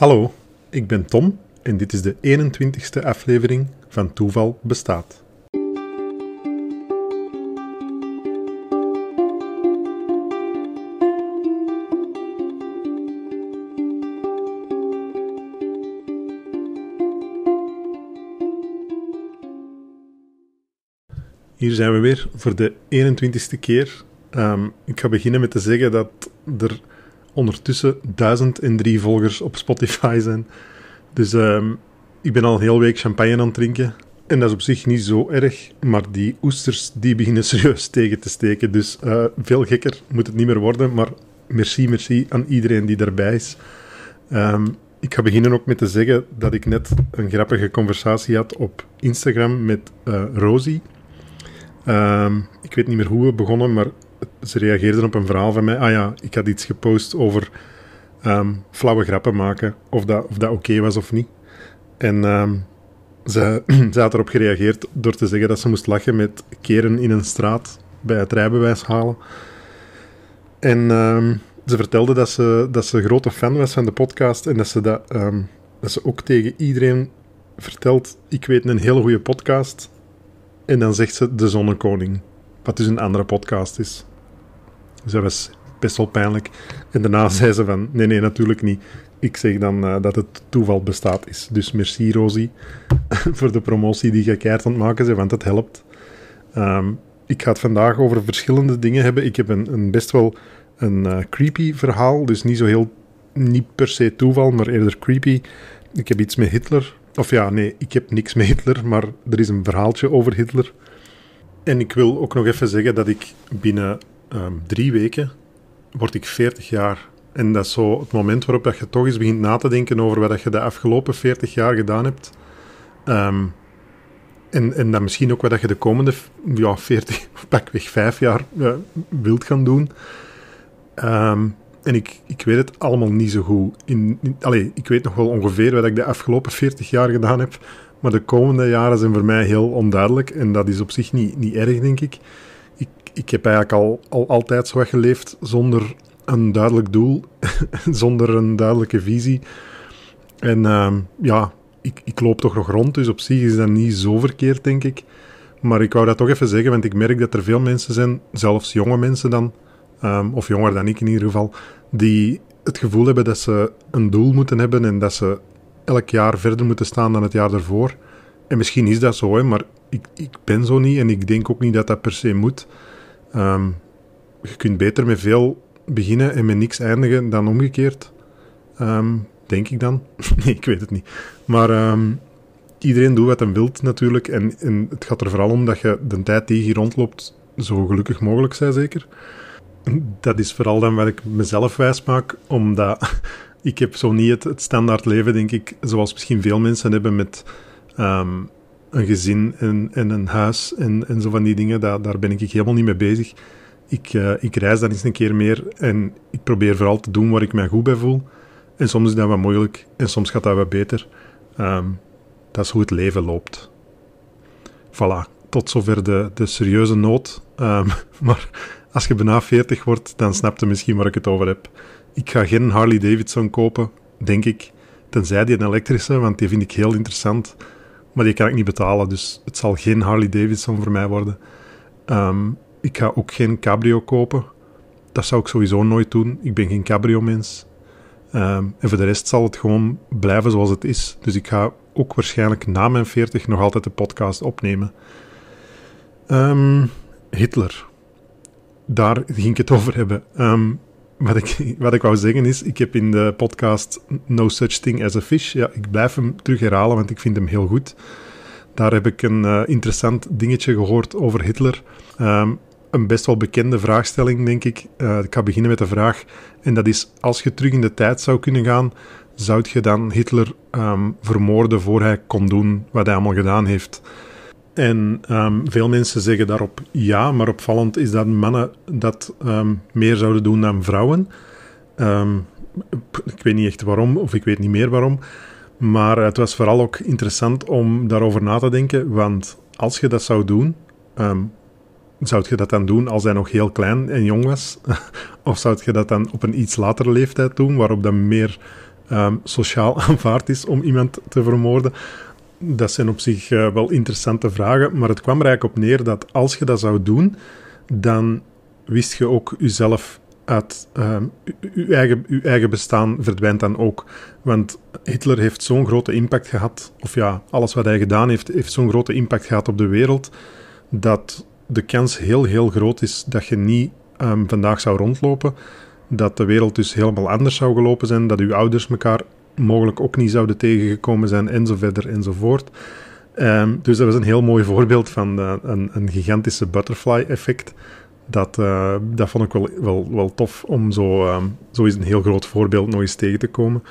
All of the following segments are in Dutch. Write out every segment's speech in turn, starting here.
Hallo, ik ben Tom en dit is de 21ste aflevering van Toeval Bestaat. Hier zijn we weer voor de 21ste keer. Ik ga beginnen met te zeggen dat er ondertussen 1003 volgers op Spotify zijn. Dus ik ben al een hele week champagne aan het drinken. En dat is op zich niet zo erg, maar die oesters die beginnen serieus tegen te steken. Dus veel gekker moet het niet meer worden, maar merci aan iedereen die daarbij is. Ik ga beginnen ook met te zeggen dat ik net een grappige conversatie had op Instagram met Rosie. Ik weet niet meer hoe we begonnen, maar ze reageerden op een verhaal van mij. Ik had iets gepost over flauwe grappen maken, of dat oké was of niet. En ze had erop gereageerd door te zeggen dat ze moest lachen met keren in een straat bij het rijbewijs halen. En ze vertelde dat ze grote fan was van de podcast en dat ze ook tegen iedereen vertelt: ik weet een hele goede podcast. En dan zegt ze De Zonnekoning, wat dus een andere podcast is. Dus dat was best wel pijnlijk. En daarna zei ze van, nee, natuurlijk niet. Ik zeg dan dat het Toeval Bestaat is. Dus merci Rosie voor de promotie die je keihard aan het maken bent, want dat helpt. Ik ga het vandaag over verschillende dingen hebben. Ik heb een best wel een creepy verhaal, dus niet per se toeval, maar eerder creepy. Ik heb iets met Hitler. Ik heb niks met Hitler, maar er is een verhaaltje over Hitler. En ik wil ook nog even zeggen dat ik binnen 3 weken word ik 40 jaar. En dat is zo het moment waarop dat je toch eens begint na te denken over wat je de afgelopen 40 jaar gedaan hebt. En dan misschien ook wat je de komende 40, pakweg 5 jaar wilt gaan doen. En ik weet het allemaal niet zo goed. Ik weet nog wel ongeveer wat ik de afgelopen 40 jaar gedaan heb, maar de komende jaren zijn voor mij heel onduidelijk en dat is op zich niet erg, denk ik. Ik heb eigenlijk al altijd zo geleefd zonder een duidelijk doel, zonder een duidelijke visie. En ik loop toch nog rond, dus op zich is dat niet zo verkeerd, denk ik. Maar ik wou dat toch even zeggen, want ik merk dat er veel mensen zijn, zelfs jonge mensen dan, of jonger dan ik in ieder geval, die het gevoel hebben dat ze een doel moeten hebben en dat ze elk jaar verder moeten staan dan het jaar daarvoor. En misschien is dat zo, maar ik ben zo niet en ik denk ook niet dat dat per se moet. Je kunt beter met veel beginnen en met niks eindigen dan omgekeerd. Denk ik dan. Nee, ik weet het niet. Maar iedereen doet wat hij wilt natuurlijk en het gaat er vooral om dat je de tijd die je hier rondloopt zo gelukkig mogelijk zij zeker. Dat is vooral dan wat ik mezelf wijs maak, omdat ik heb zo niet het standaard leven, denk ik, zoals misschien veel mensen hebben met een gezin en een huis en zo van die dingen. Daar ben ik helemaal niet mee bezig. Ik reis dan eens een keer meer en ik probeer vooral te doen waar ik mij goed bij voel. En soms is dat wat moeilijk en soms gaat dat wat beter. Dat is hoe het leven loopt. Voilà, tot zover de serieuze noot. Maar als je bijna 40 wordt, dan snap je misschien waar ik het over heb. Ik ga geen Harley Davidson kopen, denk ik. Tenzij die een elektrische, want die vind ik heel interessant. Maar die kan ik niet betalen, dus het zal geen Harley Davidson voor mij worden. Ik ga ook geen cabrio kopen. Dat zou ik sowieso nooit doen. Ik ben geen cabrio-mens. En voor de rest zal het gewoon blijven zoals het is. Dus ik ga ook waarschijnlijk na mijn 40 nog altijd de podcast opnemen. Hitler. Daar ging ik het over hebben. Wat ik wou zeggen is, ik heb in de podcast No Such Thing as a Fish, ik blijf hem terug herhalen, want ik vind hem heel goed. Daar heb ik een interessant dingetje gehoord over Hitler. Een best wel bekende vraagstelling, denk ik. Ik ga beginnen met de vraag, en dat is, als je terug in de tijd zou kunnen gaan, zou je dan Hitler vermoorden voor hij kon doen wat hij allemaal gedaan heeft? En veel mensen zeggen daarop ja, maar opvallend is dat mannen dat meer zouden doen dan vrouwen. Ik weet niet echt waarom, of ik weet niet meer waarom. Maar het was vooral ook interessant om daarover na te denken, want als je dat zou doen, zou je dat dan doen als hij nog heel klein en jong was? Of zou je dat dan op een iets latere leeftijd doen, waarop dan meer sociaal aanvaard is om iemand te vermoorden. Dat zijn op zich wel interessante vragen, maar het kwam er eigenlijk op neer dat als je dat zou doen, dan wist je ook jezelf uit... je eigen bestaan verdwijnt dan ook. Want Hitler heeft zo'n grote impact gehad, of ja, alles wat hij gedaan heeft zo'n grote impact gehad op de wereld, dat de kans heel, heel groot is dat je niet vandaag zou rondlopen, dat de wereld dus helemaal anders zou gelopen zijn, dat uw ouders elkaar mogelijk ook niet zouden tegengekomen zijn, en zo verder enzovoort. Dus dat was een heel mooi voorbeeld van een gigantische butterfly-effect. Dat vond ik wel tof om zo eens een heel groot voorbeeld nog eens tegen te komen.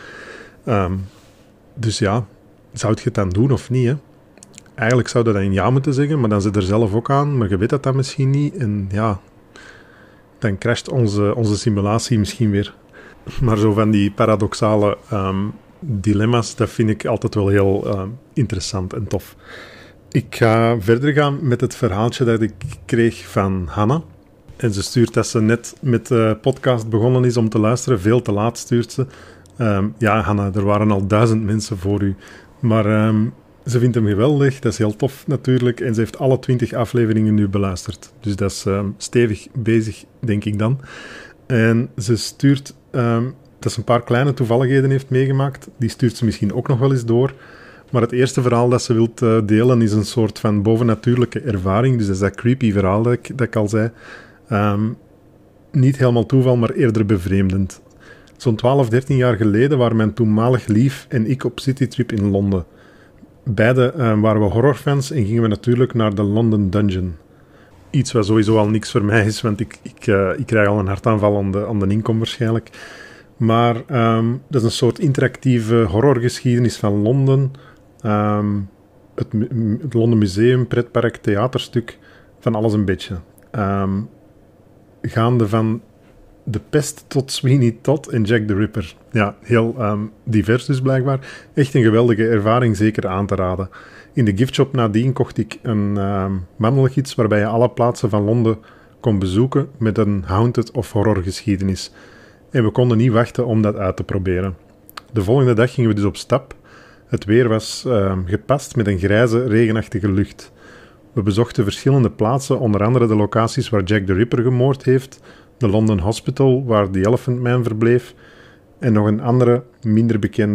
Dus ja, zou je het dan doen of niet? Hè? Eigenlijk zou dat dan ja moeten zeggen, maar dan zit er zelf ook aan, maar je weet dat misschien niet. En ja, dan crasht onze simulatie misschien weer. Maar zo van die paradoxale dilemma's, dat vind ik altijd wel heel interessant en tof. Ik ga verder gaan met het verhaaltje dat ik kreeg van Hanna. En ze stuurt dat ze net met de podcast begonnen is om te luisteren. Veel te laat stuurt ze. Ja, Hanna, er waren al 1000 mensen voor u. Maar ze vindt hem geweldig. Dat is heel tof natuurlijk. En ze heeft alle 20 afleveringen nu beluisterd. Dus dat is stevig bezig, denk ik dan. En ze stuurt... dat ze een paar kleine toevalligheden heeft meegemaakt. Die stuurt ze misschien ook nog wel eens door. Maar het eerste verhaal dat ze wilt delen is een soort van bovennatuurlijke ervaring. Dus dat is dat creepy verhaal dat ik al zei. Niet helemaal toeval, maar eerder bevreemdend. Zo'n 12, 13 jaar geleden waren mijn toenmalig lief en ik op citytrip in Londen. Beide waren we horrorfans en gingen we natuurlijk naar de London Dungeon. Iets wat sowieso al niks voor mij is, want ik krijg al een hartaanval aan de inkom waarschijnlijk. Maar dat is een soort interactieve horrorgeschiedenis van Londen. Het Londen Museum, pretpark, theaterstuk, van alles een beetje. Gaande van De Pest tot Sweeney Todd en Jack the Ripper. Ja, heel divers dus blijkbaar. Echt een geweldige ervaring, zeker aan te raden. In de giftshop nadien kocht ik een mannelijk iets waarbij je alle plaatsen van Londen kon bezoeken met een haunted of horrorgeschiedenis. En we konden niet wachten om dat uit te proberen. De volgende dag gingen we dus op stap. Het weer was gepast met een grijze, regenachtige lucht. We bezochten verschillende plaatsen, onder andere de locaties waar Jack the Ripper gemoord heeft, de London Hospital, waar The Elephant Man verbleef, en nog andere minder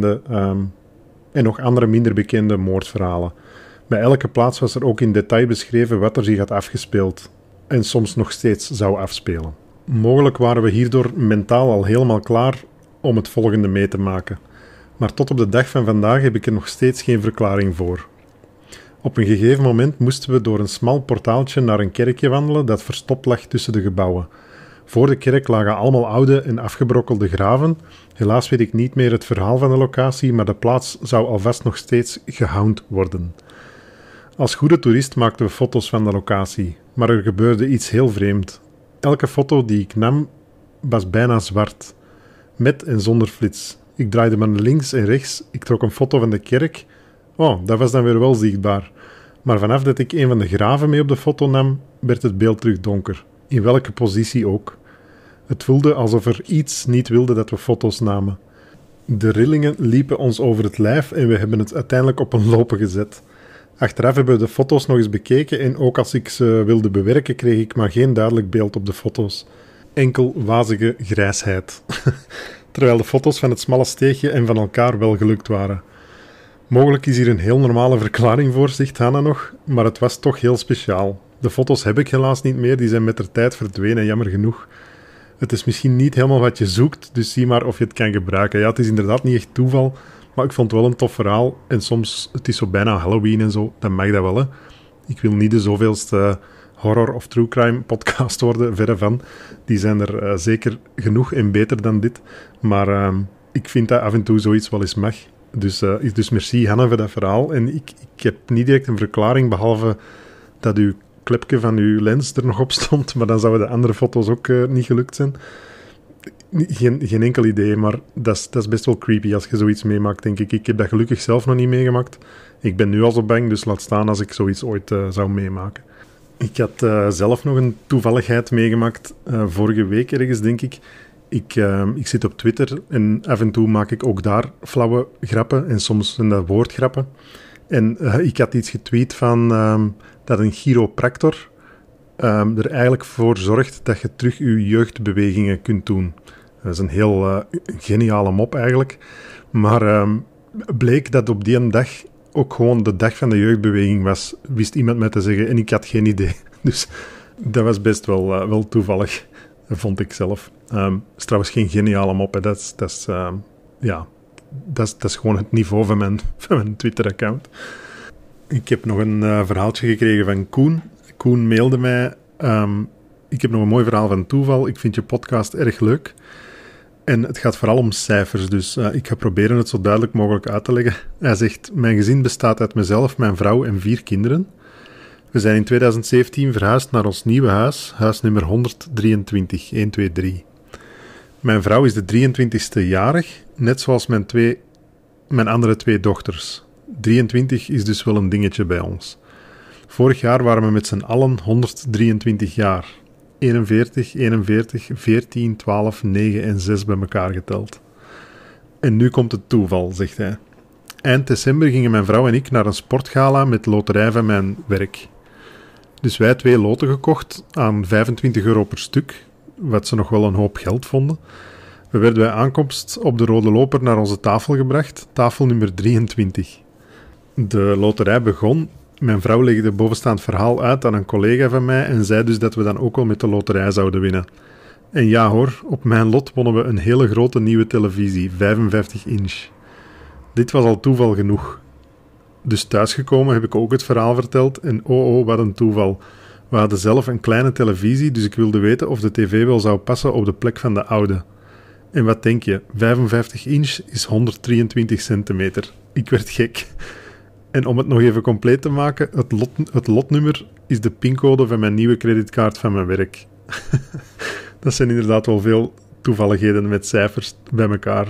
bekende moordverhalen. Bij elke plaats was er ook in detail beschreven wat er zich had afgespeeld en soms nog steeds zou afspelen. Mogelijk waren we hierdoor mentaal al helemaal klaar om het volgende mee te maken. Maar tot op de dag van vandaag heb ik er nog steeds geen verklaring voor. Op een gegeven moment moesten we door een smal portaaltje naar een kerkje wandelen dat verstopt lag tussen de gebouwen. Voor de kerk lagen allemaal oude en afgebrokkelde graven. Helaas weet ik niet meer het verhaal van de locatie, maar de plaats zou alvast nog steeds gehound worden. Als goede toerist maakten we foto's van de locatie, maar er gebeurde iets heel vreemd. Elke foto die ik nam was bijna zwart, met en zonder flits. Ik draaide me naar links en rechts, ik trok een foto van de kerk. Oh, dat was dan weer wel zichtbaar. Maar vanaf dat ik een van de graven mee op de foto nam, werd het beeld terug donker. In welke positie ook. Het voelde alsof er iets niet wilde dat we foto's namen. De rillingen liepen ons over het lijf en we hebben het uiteindelijk op een lopen gezet. Achteraf hebben we de foto's nog eens bekeken en ook als ik ze wilde bewerken kreeg ik maar geen duidelijk beeld op de foto's. Enkel wazige grijsheid. Terwijl de foto's van het smalle steegje en van elkaar wel gelukt waren. Mogelijk is hier een heel normale verklaring voor, zegt Hanna nog, maar het was toch heel speciaal. De foto's heb ik helaas niet meer, die zijn met de tijd verdwenen, jammer genoeg. Het is misschien niet helemaal wat je zoekt, dus zie maar of je het kan gebruiken. Ja, het is inderdaad niet echt toeval, maar ik vond het wel een tof verhaal. En soms, het is zo bijna Halloween en zo, dan mag dat wel, hè. Ik wil niet de zoveelste horror of true crime podcast worden, verre van. Die zijn er zeker genoeg en beter dan dit. Maar ik vind dat af en toe zoiets wel eens mag. Dus merci Hanna voor dat verhaal. En ik heb niet direct een verklaring, behalve dat uw klepje van uw lens er nog op stond, maar dan zouden de andere foto's ook niet gelukt zijn. Geen enkel idee, maar dat is best wel creepy als je zoiets meemaakt, denk ik. Ik heb dat gelukkig zelf nog niet meegemaakt. Ik ben nu al zo bang, dus laat staan als ik zoiets ooit zou meemaken. Ik had zelf nog een toevalligheid meegemaakt, vorige week ergens, denk ik. Ik zit op Twitter en af en toe maak ik ook daar flauwe grappen en soms zijn dat woordgrappen. En ik had iets getweet van dat een chiropractor er eigenlijk voor zorgt dat je terug je jeugdbewegingen kunt doen. Dat is een heel geniale mop eigenlijk. Maar bleek dat op die dag ook gewoon de dag van de jeugdbeweging was, wist iemand mij te zeggen en ik had geen idee. Dus dat was best wel toevallig, vond ik zelf. Is trouwens geen geniale mop, hè. Dat is gewoon het niveau van mijn Twitter-account. Ik heb nog een verhaaltje gekregen van Koen. Koen mailde mij, ik heb nog een mooi verhaal van toeval. Ik vind je podcast erg leuk. En het gaat vooral om cijfers, dus ik ga proberen het zo duidelijk mogelijk uit te leggen. Hij zegt, mijn gezin bestaat uit mezelf, mijn vrouw en 4 kinderen. We zijn in 2017 verhuisd naar ons nieuwe huis, huis nummer 123, 123. Mijn vrouw is de 23ste jarig, net zoals mijn andere 2 dochters. 23 is dus wel een dingetje bij ons. Vorig jaar waren we met z'n allen 123 jaar. 41, 14, 12, 9 en 6 bij elkaar geteld. En nu komt het toeval, zegt hij. Eind december gingen mijn vrouw en ik naar een sportgala met loterij van mijn werk. Dus wij 2 loten gekocht aan €25 per stuk, wat ze nog wel een hoop geld vonden. We werden bij aankomst op de Rode Loper naar onze tafel gebracht, tafel nummer 23. De loterij begon. Mijn vrouw legde bovenstaand verhaal uit aan een collega van mij en zei dus dat we dan ook wel met de loterij zouden winnen. En ja hoor, op mijn lot wonnen we een hele grote nieuwe televisie, 55 inch. Dit was al toeval genoeg. Dus thuisgekomen heb ik ook het verhaal verteld en oh, wat een toeval. We hadden zelf een kleine televisie, dus ik wilde weten of de tv wel zou passen op de plek van de oude. En wat denk je, 55 inch is 123 centimeter. Ik werd gek. En om het nog even compleet te maken, het lotnummer is de pincode van mijn nieuwe creditcard van mijn werk. Dat zijn inderdaad wel veel toevalligheden met cijfers bij elkaar.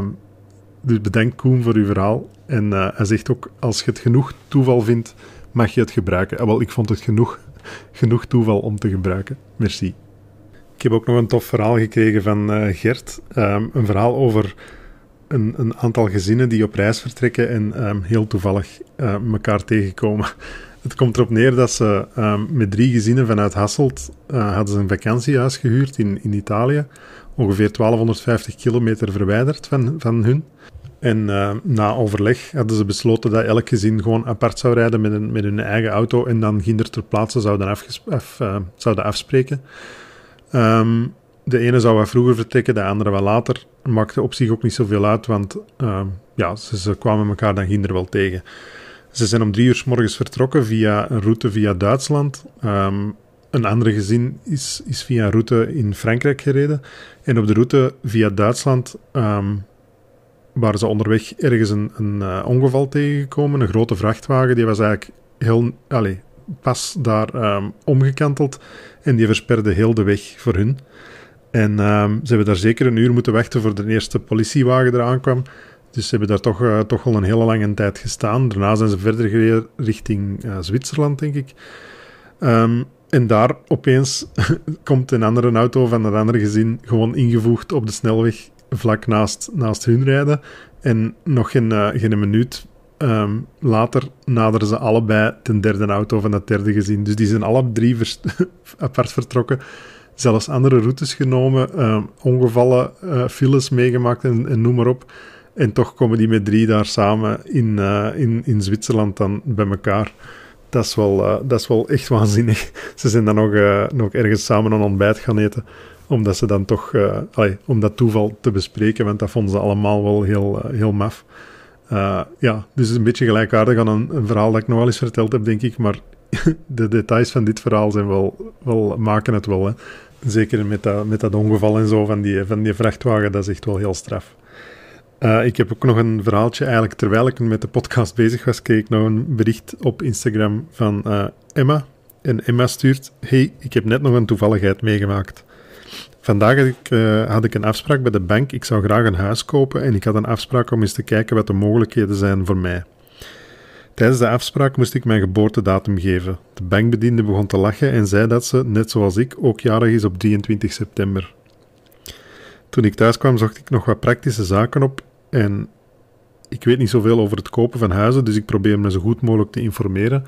Dus bedankt Koen voor uw verhaal. En hij zegt ook, als je het genoeg toeval vindt, mag je het gebruiken. Wel, ik vond het genoeg toeval om te gebruiken. Merci. Ik heb ook nog een tof verhaal gekregen van Gert. Een verhaal over een aantal gezinnen die op reis vertrekken en heel toevallig elkaar tegenkomen. Het komt erop neer dat ze met 3 gezinnen vanuit Hasselt hadden ze een vakantiehuis gehuurd in Italië. Ongeveer 1250 kilometer verwijderd van hun. En na overleg hadden ze besloten dat elk gezin gewoon apart zou rijden met hun eigen auto en dan ginder ter plaatse zouden afspreken. De ene zou wat vroeger vertrekken, de andere wat later. Maakte op zich ook niet zoveel uit, want ze kwamen elkaar dan ginder wel tegen. Ze zijn om 3 uur 's morgens vertrokken via een route via Duitsland. Een andere gezin is via een route in Frankrijk gereden. En op de route via Duitsland waren ze onderweg ergens een ongeval tegengekomen. Een grote vrachtwagen, die was eigenlijk pas daar omgekanteld. En die versperde heel de weg voor hun. En ze hebben daar zeker een uur moeten wachten voor de eerste politiewagen eraan kwam. Dus ze hebben daar toch al een hele lange tijd gestaan. Daarna zijn ze verder gereden richting Zwitserland, denk ik. En daar opeens komt een andere auto van een ander gezin gewoon ingevoegd op de snelweg vlak naast hun rijden. En nog geen minuut later naderen ze allebei ten derde auto van dat derde gezin. Dus die zijn alle 3 apart vertrokken. Zelfs andere routes genomen, ongevallen, files meegemaakt en noem maar op. En toch komen die met 3 daar samen in Zwitserland dan bij elkaar. Dat is wel echt waanzinnig. Ze zijn dan nog ergens samen een ontbijt gaan eten, omdat ze dan toch, om dat toeval te bespreken, want dat vonden ze allemaal wel heel maf. Dus een beetje gelijkaardig aan een verhaal dat ik nog wel eens verteld heb, denk ik, maar de details van dit verhaal zijn wel maken het wel. Hè. Zeker met dat ongeval en zo van die vrachtwagen, dat is echt wel heel straf. Ik heb ook nog een verhaaltje, eigenlijk terwijl ik met de podcast bezig was, kreeg ik nog een bericht op Instagram van Emma. En Emma stuurt, hey, ik heb net nog een toevalligheid meegemaakt. Vandaag had ik een afspraak bij de bank, ik zou graag een huis kopen en ik had een afspraak om eens te kijken wat de mogelijkheden zijn voor mij. Tijdens de afspraak moest ik mijn geboortedatum geven. De bankbediende begon te lachen en zei dat ze, net zoals ik, ook jarig is op 23 september. Toen ik thuis kwam, zocht ik nog wat praktische zaken op. En ik weet niet zoveel over het kopen van huizen, dus ik probeer me zo goed mogelijk te informeren.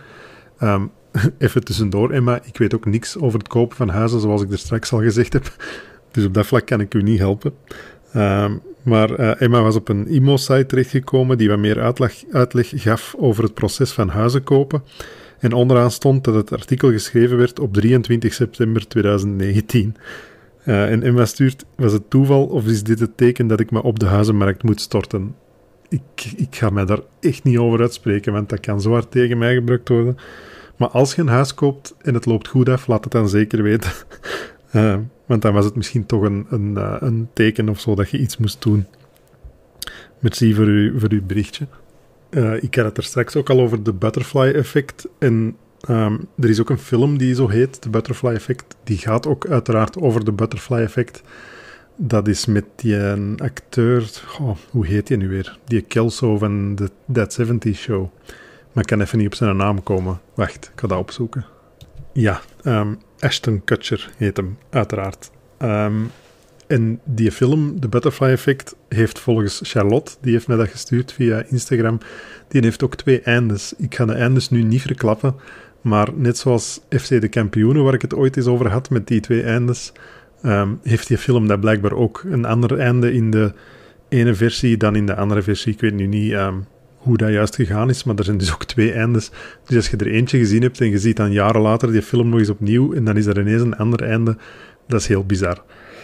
Even tussendoor, Emma, ik weet ook niks over het kopen van huizen, zoals ik er straks al gezegd heb. Dus op dat vlak kan ik u niet helpen. Maar Emma was op een IMO-site terechtgekomen die wat meer uitleg gaf over het proces van huizen kopen. En onderaan stond dat het artikel geschreven werd op 23 september 2019. En Emma stuurt, was het toeval of is dit het teken dat ik me op de huizenmarkt moet storten? Ik ga mij daar echt niet over uitspreken, want dat kan zo hard tegen mij gebruikt worden. Maar als je een huis koopt en het loopt goed af, laat het dan zeker weten. Want dan was het misschien toch een teken of zo dat je iets moest doen. Merci voor uw berichtje. Ik had het er straks ook al over de Butterfly Effect. En er is ook een film die zo heet, de Butterfly Effect. Die gaat ook uiteraard over de Butterfly Effect. Dat is met die acteur... hoe heet die nu weer? Die Kelso van de That 70's Show. Maar ik kan even niet op zijn naam komen. Wacht, ik ga dat opzoeken. Ja, Ashton Kutcher heet hem, uiteraard. En die film, The Butterfly Effect, heeft volgens Charlotte, die heeft mij dat gestuurd via Instagram, die heeft ook 2 eindes. Ik ga de eindes nu niet verklappen, maar net zoals FC de Kampioenen, waar ik het ooit eens over had met die 2 eindes, heeft die film dat blijkbaar ook een ander einde in de ene versie dan in de andere versie. Ik weet nu niet hoe dat juist gegaan is, maar er zijn dus ook 2 eindes. Dus als je er eentje gezien hebt en je ziet dan jaren later die film nog eens opnieuw en dan is er ineens een ander einde, dat is heel bizar.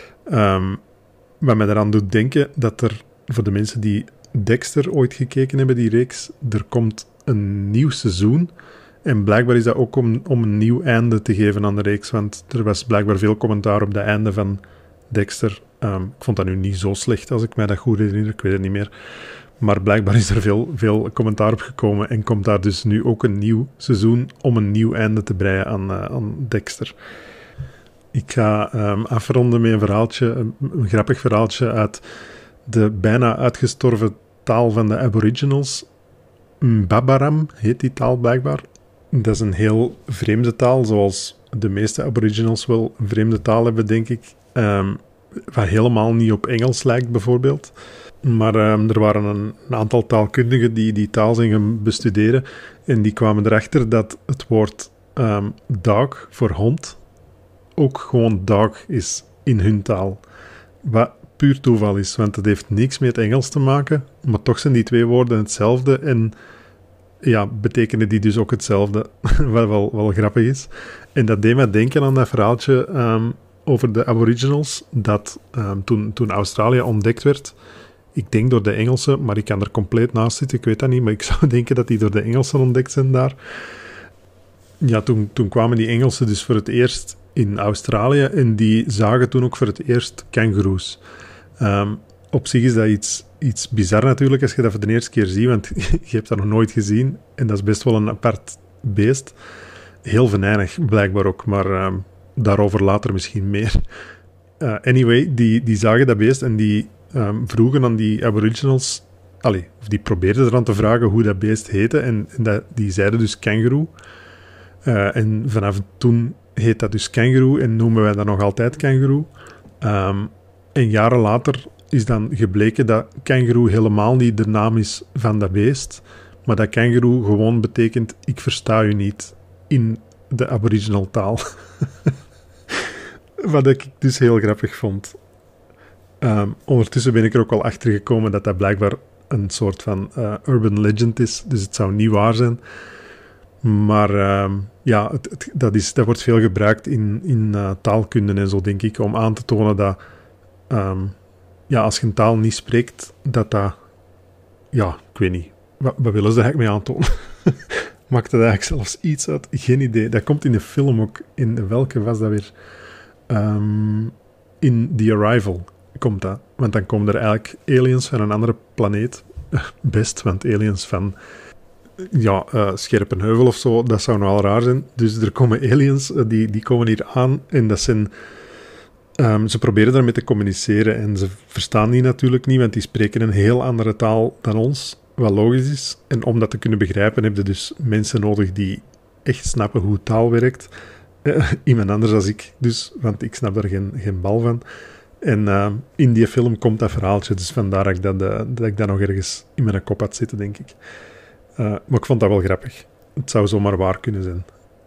Wat mij daaraan doet denken dat er, voor de mensen die Dexter ooit gekeken hebben, die reeks, er komt een nieuw seizoen. En blijkbaar is dat ook om een nieuw einde te geven aan de reeks, want er was blijkbaar veel commentaar op het einde van Dexter. Ik vond dat nu niet zo slecht, als ik mij dat goed herinner, ik weet het niet meer. Maar blijkbaar is er veel commentaar op gekomen en komt daar dus nu ook een nieuw seizoen om een nieuw einde te breien aan Dexter. Ik ga afronden met een verhaaltje, een grappig verhaaltje uit de bijna uitgestorven taal van de Aboriginals. Mbabaram heet die taal blijkbaar. Dat is een heel vreemde taal, zoals de meeste Aboriginals wel een vreemde taal hebben, denk ik. Wat helemaal niet op Engels lijkt, bijvoorbeeld. Maar er waren een aantal taalkundigen die taal zijn gaan bestuderen. En die kwamen erachter dat het woord dog voor hond ook gewoon dog is in hun taal. Wat puur toeval is, want het heeft niks met Engels te maken. Maar toch zijn die 2 woorden hetzelfde en ja, betekenen die dus ook hetzelfde. Wat wel grappig is. En dat deed mij denken aan dat verhaaltje over de Aboriginals, dat toen Australië ontdekt werd, ik denk door de Engelsen, maar ik kan er compleet naast zitten, ik weet dat niet, maar ik zou denken dat die door de Engelsen ontdekt zijn daar. Ja, toen kwamen die Engelsen dus voor het eerst in Australië en die zagen toen ook voor het eerst kangoeroes. Op zich is dat iets bizar natuurlijk als je dat voor de eerste keer ziet, want je hebt dat nog nooit gezien en dat is best wel een apart beest. Heel venijnig blijkbaar ook, maar daarover later misschien meer. Anyway, die zagen dat beest en die vroegen aan die Aboriginals, of die probeerden eraan te vragen hoe dat beest heette en die zeiden dus kangoeroe. En vanaf toen heet dat dus kangoeroe en noemen wij dat nog altijd kangoeroe. En jaren later is dan gebleken dat kangoeroe helemaal niet de naam is van dat beest, maar dat kangoeroe gewoon betekent ik versta u niet in de Aboriginal taal. Wat ik dus heel grappig vond. Ondertussen ben ik er ook al achter gekomen dat blijkbaar een soort van urban legend is, dus het zou niet waar zijn. Maar ja, dat wordt veel gebruikt in taalkunde en zo, denk ik, om aan te tonen dat als je een taal niet spreekt, ja, ik weet niet. Wat willen ze eigenlijk mee aantonen? Maakt dat eigenlijk zelfs iets uit? Geen idee. Dat komt in de film ook. In welke was dat weer? In The Arrival komt dat. Want dan komen er eigenlijk aliens van een andere planeet. Best, want aliens van Scherpenheuvel of zo, dat zou nogal raar zijn. Dus er komen aliens, die komen hier aan en dat zijn... ze proberen daarmee te communiceren en ze verstaan die natuurlijk niet, want die spreken een heel andere taal dan ons, wat logisch is. En om dat te kunnen begrijpen heb je dus mensen nodig die echt snappen hoe taal werkt. Iemand anders als ik dus, want ik snap daar geen bal van. En in die film komt dat verhaaltje, dus vandaar dat ik dat nog ergens in mijn kop had zitten, denk ik. Maar ik vond dat wel grappig. Het zou zomaar waar kunnen zijn.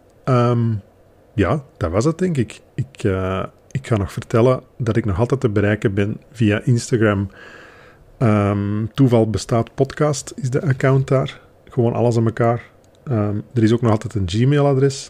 Ja, dat was het, denk ik. Ik ga nog vertellen dat ik nog altijd te bereiken ben via Instagram. Toeval bestaat podcast is de account daar. Gewoon alles aan elkaar. Er is ook nog altijd een Gmail-adres.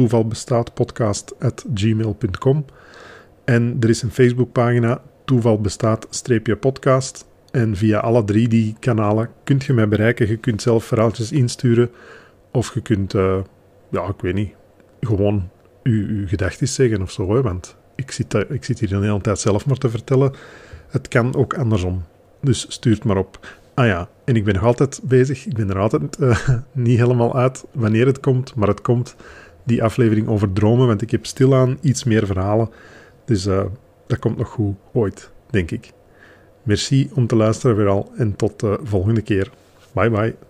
toevalbestaatpodcast@gmail.com. En er is een Facebookpagina, toevalbestaat-podcast. En via alle 3 die kanalen kunt je mij bereiken. Je kunt zelf verhaaltjes insturen. Of je kunt, ik weet niet, gewoon je gedachten zeggen of zo. Hè? Want ik zit hier de hele tijd zelf maar te vertellen. Het kan ook andersom. Dus stuur het maar op. Ah ja, en ik ben nog altijd bezig. Ik ben er altijd niet helemaal uit wanneer het komt. Maar het komt, die aflevering over dromen. Want ik heb stilaan iets meer verhalen. Dus dat komt nog goed ooit, denk ik. Merci om te luisteren weer al. En tot de volgende keer. Bye bye.